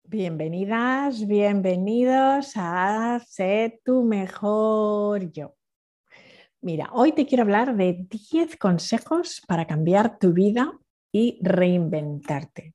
Bienvenidas, bienvenidos a Sé tu mejor yo. Mira, hoy te quiero hablar de 10 consejos para cambiar tu vida y reinventarte.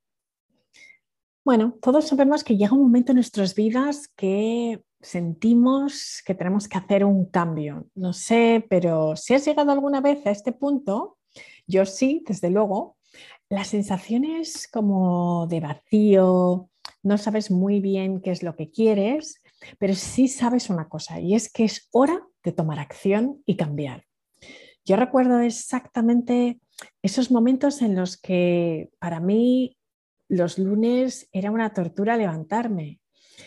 Bueno, todos sabemos que llega un momento en nuestras vidas que sentimos que tenemos que hacer un cambio. No sé, pero si has llegado alguna vez a este punto, yo sí, desde luego, la sensación es como de vacío, no sabes muy bien qué es lo que quieres, pero sí sabes una cosa, y es que es hora de tomar acción y cambiar. Yo recuerdo exactamente esos momentos en los que para mí los lunes era una tortura levantarme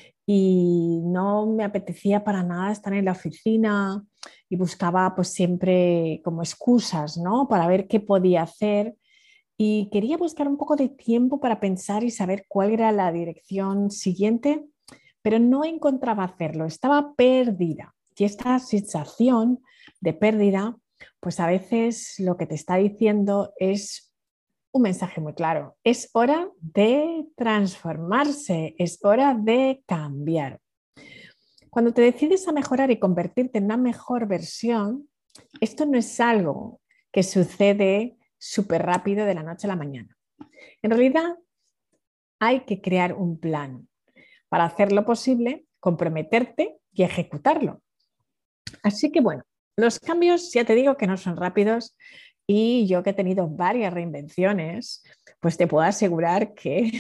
y no me apetecía para nada estar en la oficina y buscaba pues siempre como excusas, ¿no? Para ver qué podía hacer y quería buscar un poco de tiempo para pensar y saber cuál era la dirección siguiente, pero no encontraba hacerlo, estaba perdida. Y esta sensación de pérdida, pues a veces lo que te está diciendo es un mensaje muy claro. Es hora de transformarse, es hora de cambiar. Cuando te decides a mejorar y convertirte en una mejor versión, esto no es algo que sucede súper rápido de la noche a la mañana. En realidad, hay que crear un plan. Para hacerlo posible, comprometerte y ejecutarlo. Así que bueno, los cambios ya te digo que no son rápidos y yo que he tenido varias reinvenciones, pues te puedo asegurar que,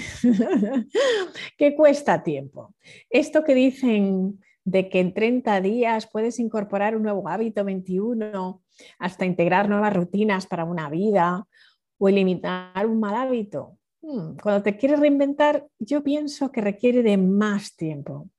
que cuesta tiempo. Esto que dicen de que en 30 días puedes incorporar un nuevo hábito, 21, hasta integrar nuevas rutinas para una vida o eliminar un mal hábito. Cuando te quieres reinventar, yo pienso que requiere de más tiempo.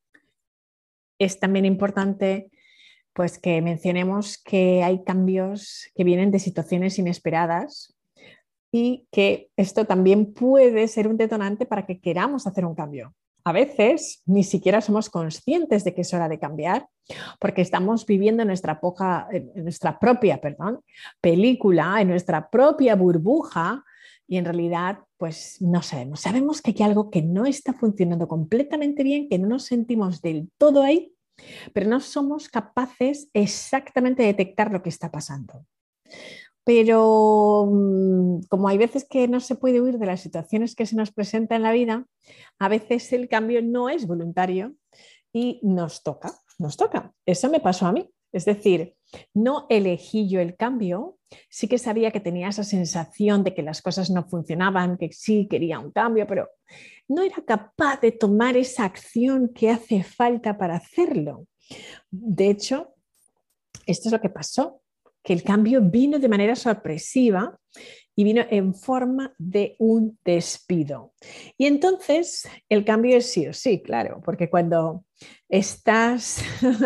Es también importante pues que mencionemos que hay cambios que vienen de situaciones inesperadas y que esto también puede ser un detonante para que queramos hacer un cambio. A veces ni siquiera somos conscientes de que es hora de cambiar porque estamos viviendo en nuestra propia película, en nuestra propia burbuja y en realidad pues no sabemos. Sabemos que hay algo que no está funcionando completamente bien, que no nos sentimos del todo ahí, pero no somos capaces exactamente de detectar lo que está pasando. Pero como hay veces que no se puede huir de las situaciones que se nos presentan en la vida, a veces el cambio no es voluntario y nos toca, nos toca. Eso me pasó a mí. Es decir, no elegí yo el cambio, sí que sabía que tenía esa sensación de que las cosas no funcionaban, que sí quería un cambio, pero no era capaz de tomar esa acción que hace falta para hacerlo. De hecho, esto es lo que pasó, que el cambio vino de manera sorpresiva y vino en forma de un despido. Y entonces el cambio es sí o sí, claro, porque cuando estás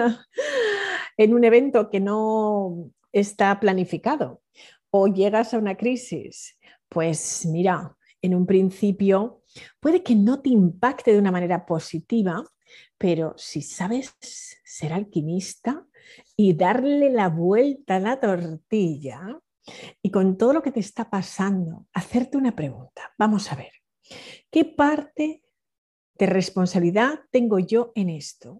en un evento que no está planificado o llegas a una crisis, pues mira, en un principio puede que no te impacte de una manera positiva, pero si sabes ser alquimista y darle la vuelta a la tortilla y con todo lo que te está pasando, hacerte una pregunta. Vamos a ver, ¿qué parte de responsabilidad tengo yo en esto?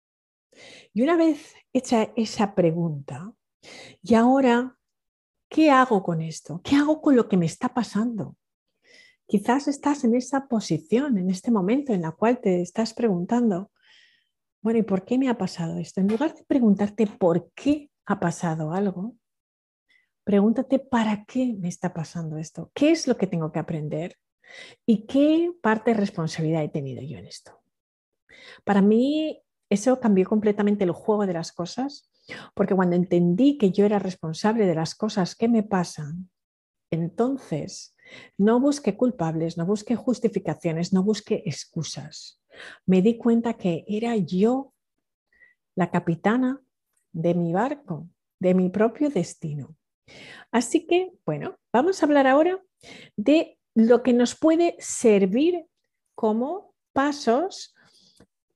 Y una vez hecha esa pregunta, ¿y ahora qué hago con esto? ¿Qué hago con lo que me está pasando? Quizás estás en esa posición, en este momento en la cual te estás preguntando, bueno, ¿y por qué me ha pasado esto? En lugar de preguntarte por qué ha pasado algo, pregúntate para qué me está pasando esto, qué es lo que tengo que aprender y qué parte de responsabilidad he tenido yo en esto. Para mí eso cambió completamente el juego de las cosas, porque cuando entendí que yo era responsable de las cosas que me pasan, entonces no busqué culpables, no busqué justificaciones, no busqué excusas. Me di cuenta que era yo la capitana de mi barco, de mi propio destino. Así que, bueno, vamos a hablar ahora de lo que nos puede servir como pasos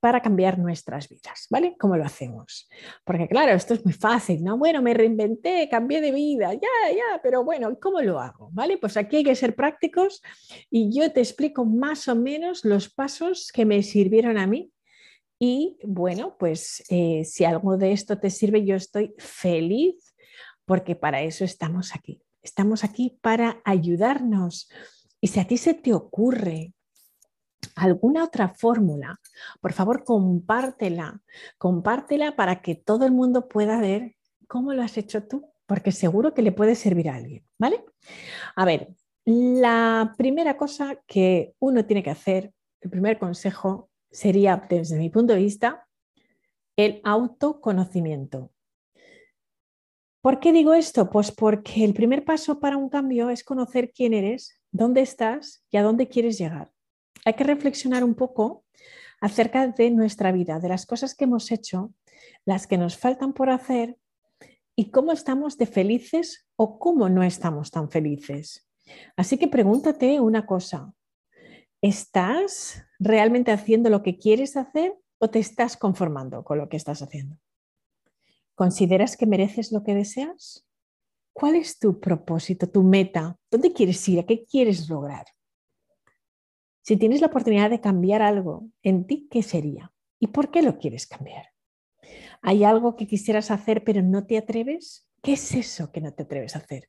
para cambiar nuestras vidas, ¿vale? ¿Cómo lo hacemos? Porque claro, esto es muy fácil, ¿no? Bueno, me reinventé, cambié de vida, ya, pero bueno, ¿cómo lo hago? ¿Vale? Pues aquí hay que ser prácticos y yo te explico más o menos los pasos que me sirvieron a mí y bueno, pues si algo de esto te sirve, yo estoy feliz porque para eso estamos aquí. Estamos aquí para ayudarnos. Y si a ti se te ocurre alguna otra fórmula, por favor, compártela para que todo el mundo pueda ver cómo lo has hecho tú, porque seguro que le puede servir a alguien, ¿vale? A ver, la primera cosa que uno tiene que hacer, el primer consejo sería, desde mi punto de vista, el autoconocimiento. ¿Por qué digo esto? Pues porque el primer paso para un cambio es conocer quién eres, dónde estás y a dónde quieres llegar. Hay que reflexionar un poco acerca de nuestra vida, de las cosas que hemos hecho, las que nos faltan por hacer y cómo estamos de felices o cómo no estamos tan felices. Así que pregúntate una cosa, ¿estás realmente haciendo lo que quieres hacer o te estás conformando con lo que estás haciendo? ¿Consideras que mereces lo que deseas? ¿Cuál es tu propósito, tu meta? ¿Dónde quieres ir? ¿A qué quieres lograr? Si tienes la oportunidad de cambiar algo en ti, ¿qué sería? ¿Y por qué lo quieres cambiar? ¿Hay algo que quisieras hacer pero no te atreves? ¿Qué es eso que no te atreves a hacer?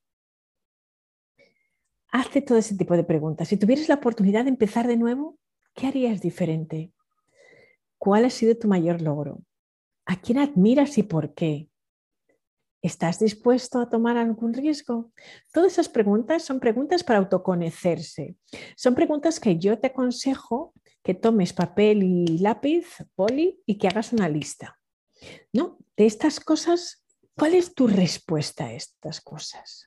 Hazte todo ese tipo de preguntas. Si tuvieras la oportunidad de empezar de nuevo, ¿qué harías diferente? ¿Cuál ha sido tu mayor logro? ¿A quién admiras y por qué? ¿Estás dispuesto a tomar algún riesgo? Todas esas preguntas son preguntas para autoconocerse. Son preguntas que yo te aconsejo que tomes papel y lápiz, boli, y que hagas una lista. ¿No? De estas cosas, ¿cuál es tu respuesta a estas cosas?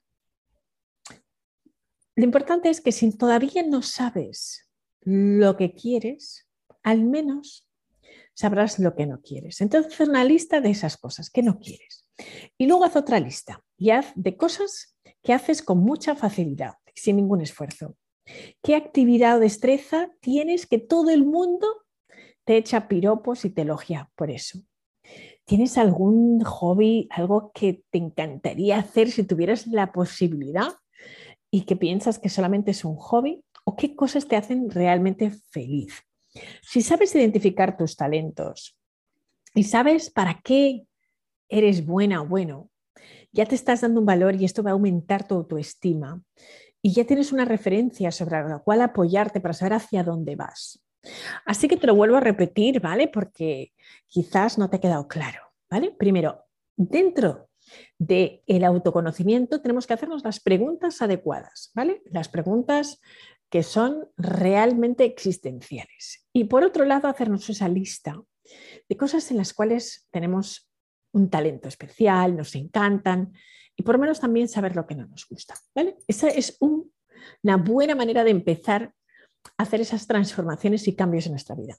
Lo importante es que si todavía no sabes lo que quieres, al menos sabrás lo que no quieres. Entonces, haz una lista de esas cosas que no quieres. Y luego haz otra lista y haz de cosas que haces con mucha facilidad, sin ningún esfuerzo. ¿Qué actividad o destreza tienes que todo el mundo te echa piropos y te elogia por eso? ¿Tienes algún hobby, algo que te encantaría hacer si tuvieras la posibilidad y que piensas que solamente es un hobby? ¿O qué cosas te hacen realmente feliz? Si sabes identificar tus talentos y sabes para qué eres buena o bueno, ya te estás dando un valor y esto va a aumentar tu autoestima y ya tienes una referencia sobre la cual apoyarte para saber hacia dónde vas. Así que te lo vuelvo a repetir, ¿vale? Porque quizás no te ha quedado claro, ¿vale? Primero, dentro del autoconocimiento tenemos que hacernos las preguntas adecuadas, ¿vale? Las preguntas que son realmente existenciales. Y por otro lado, hacernos esa lista de cosas en las cuales tenemos un talento especial, nos encantan y por lo menos también saber lo que no nos gusta, ¿vale? Esa es una buena manera de empezar a hacer esas transformaciones y cambios en nuestra vida.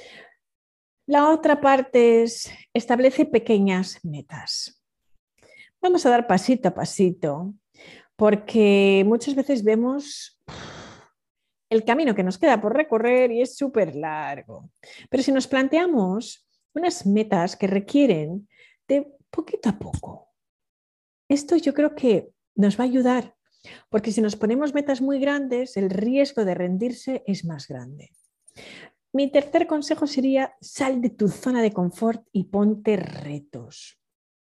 La otra parte es establece pequeñas metas. Vamos a dar pasito a pasito porque muchas veces vemos el camino que nos queda por recorrer y es súper largo. Pero si nos planteamos unas metas que requieren de poquito a poco, esto yo creo que nos va a ayudar, porque si nos ponemos metas muy grandes, el riesgo de rendirse es más grande. Mi tercer consejo sería sal de tu zona de confort y ponte retos.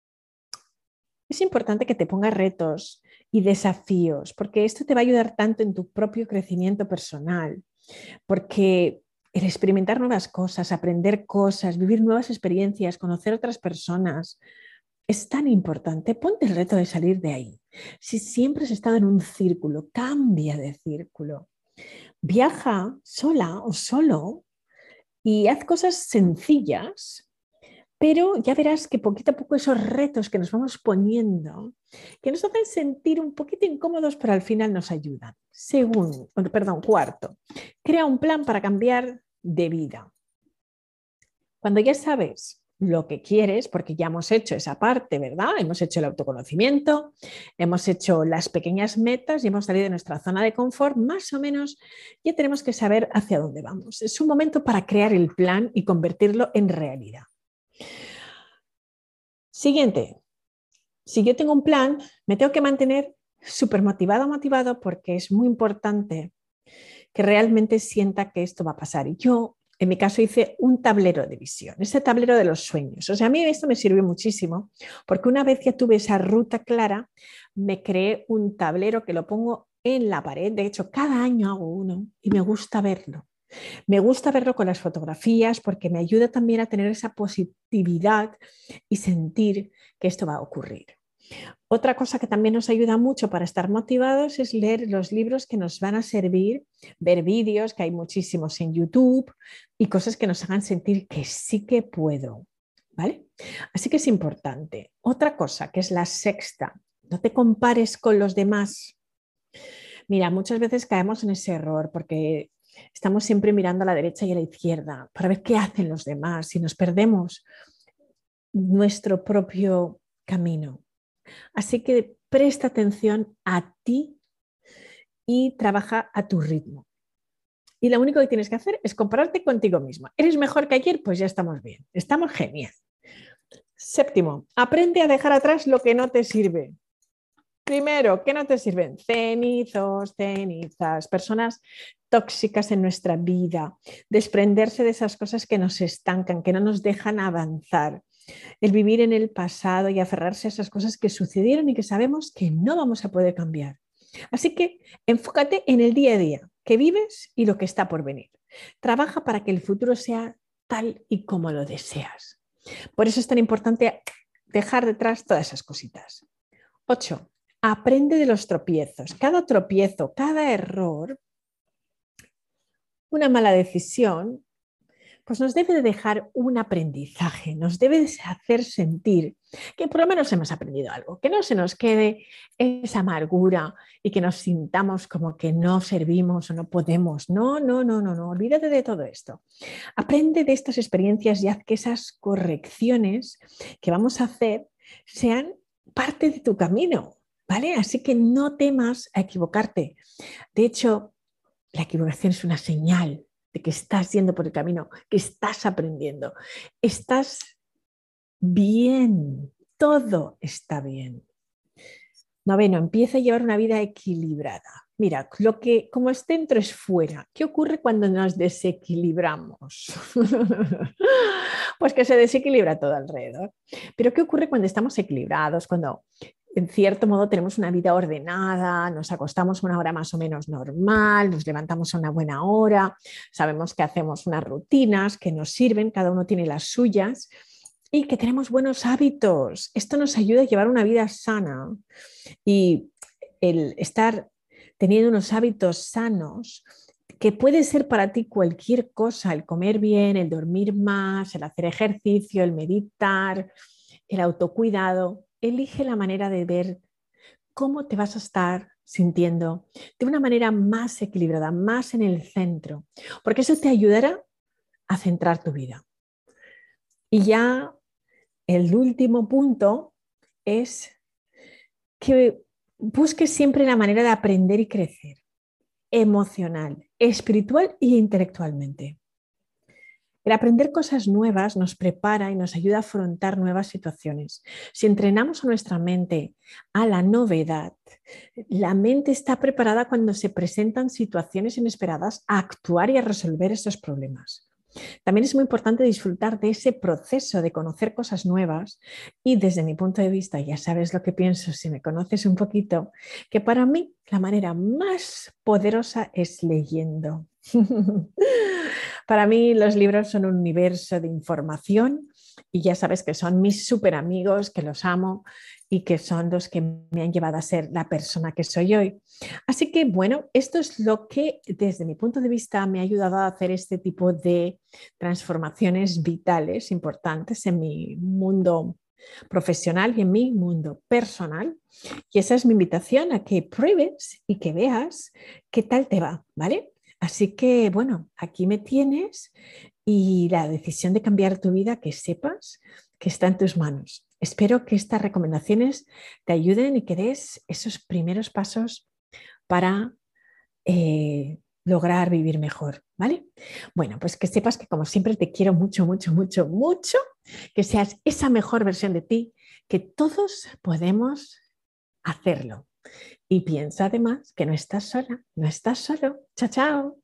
Es importante que te pongas retos y desafíos, porque esto te va a ayudar tanto en tu propio crecimiento personal, porque el experimentar nuevas cosas, aprender cosas, vivir nuevas experiencias, conocer otras personas, es tan importante. Ponte el reto de salir de ahí. Si siempre has estado en un círculo, cambia de círculo. Viaja sola o solo y haz cosas sencillas, pero ya verás que poquito a poco esos retos que nos vamos poniendo, que nos hacen sentir un poquito incómodos, pero al final nos ayudan. Cuarto, crea un plan para cambiar de vida. Cuando ya sabes lo que quieres, porque ya hemos hecho esa parte, ¿verdad? Hemos hecho el autoconocimiento, hemos hecho las pequeñas metas y hemos salido de nuestra zona de confort, más o menos ya tenemos que saber hacia dónde vamos. Es un momento para crear el plan y convertirlo en realidad. Siguiente, si yo tengo un plan, me tengo que mantener súper motivado porque es muy importante que realmente sienta que esto va a pasar. Y yo, en mi caso, hice un tablero de visión, ese tablero de los sueños. O sea, a mí esto me sirvió muchísimo porque una vez ya tuve esa ruta clara, me creé un tablero que lo pongo en la pared. De hecho, cada año hago uno y me gusta verlo. Me gusta verlo con las fotografías porque me ayuda también a tener esa positividad y sentir que esto va a ocurrir. Otra cosa que también nos ayuda mucho para estar motivados es leer los libros que nos van a servir, ver vídeos, que hay muchísimos en YouTube, y cosas que nos hagan sentir que sí que puedo, ¿vale? Así que es importante. Otra cosa, que es la sexta, no te compares con los demás. Mira, muchas veces caemos en ese error porque estamos siempre mirando a la derecha y a la izquierda para ver qué hacen los demás y nos perdemos nuestro propio camino. Así que presta atención a ti y trabaja a tu ritmo. Y lo único que tienes que hacer es compararte contigo mismo. ¿Eres mejor que ayer? Pues ya estamos bien, estamos genial. Séptimo, aprende a dejar atrás lo que no te sirve. Primero, ¿qué no te sirven? Cenizos, cenizas, personas tóxicas en nuestra vida, desprenderse de esas cosas que nos estancan, que no nos dejan avanzar. El vivir en el pasado y aferrarse a esas cosas que sucedieron y que sabemos que no vamos a poder cambiar. Así que enfócate en el día a día que vives y lo que está por venir. Trabaja para que el futuro sea tal y como lo deseas. Por eso es tan importante dejar detrás todas esas cositas. 8. Aprende de los tropiezos. Cada tropiezo, cada error, una mala decisión, pues nos debe de dejar un aprendizaje, nos debe de hacer sentir que por lo menos hemos aprendido algo, que no se nos quede esa amargura y que nos sintamos como que no servimos o no podemos. No, no, no, no, no, olvídate de todo esto. Aprende de estas experiencias y haz que esas correcciones que vamos a hacer sean parte de tu camino, ¿vale? Así que no temas a equivocarte. De hecho, la equivocación es una señal de que estás yendo por el camino, que estás aprendiendo. Estás bien, todo está bien. Noveno, empieza a llevar una vida equilibrada. Mira, lo que como es dentro es fuera. ¿Qué ocurre cuando nos desequilibramos? Pues que se desequilibra todo alrededor. Pero ¿qué ocurre cuando estamos equilibrados? Cuando en cierto modo tenemos una vida ordenada, nos acostamos una hora más o menos normal, nos levantamos a una buena hora, sabemos que hacemos unas rutinas que nos sirven, cada uno tiene las suyas y que tenemos buenos hábitos. Esto nos ayuda a llevar una vida sana y el estar teniendo unos hábitos sanos que puede ser para ti cualquier cosa, el comer bien, el dormir más, el hacer ejercicio, el meditar, el autocuidado. Elige la manera de ver cómo te vas a estar sintiendo de una manera más equilibrada, más en el centro, porque eso te ayudará a centrar tu vida. Y ya el último punto es que busques siempre la manera de aprender y crecer, emocional, espiritual e intelectualmente. El aprender cosas nuevas nos prepara y nos ayuda a afrontar nuevas situaciones. Si entrenamos a nuestra mente a la novedad, la mente está preparada cuando se presentan situaciones inesperadas a actuar y a resolver esos problemas. También es muy importante disfrutar de ese proceso de conocer cosas nuevas y desde mi punto de vista, ya sabes lo que pienso si me conoces un poquito, que para mí la manera más poderosa es leyendo. Para mí los libros son un universo de información y ya sabes que son mis súper amigos, que los amo y que son los que me han llevado a ser la persona que soy hoy. Así que bueno, esto es lo que desde mi punto de vista me ha ayudado a hacer este tipo de transformaciones vitales importantes en mi mundo profesional y en mi mundo personal. Y esa es mi invitación a que pruebes y que veas qué tal te va, ¿vale? Así que, bueno, aquí me tienes y la decisión de cambiar tu vida, que sepas que está en tus manos. Espero que estas recomendaciones te ayuden y que des esos primeros pasos para lograr vivir mejor, ¿vale? Bueno, pues que sepas que como siempre te quiero mucho, mucho, mucho, mucho, que seas esa mejor versión de ti, que todos podemos hacerlo. Y piensa además que no estás sola, no estás solo. Chao, chao.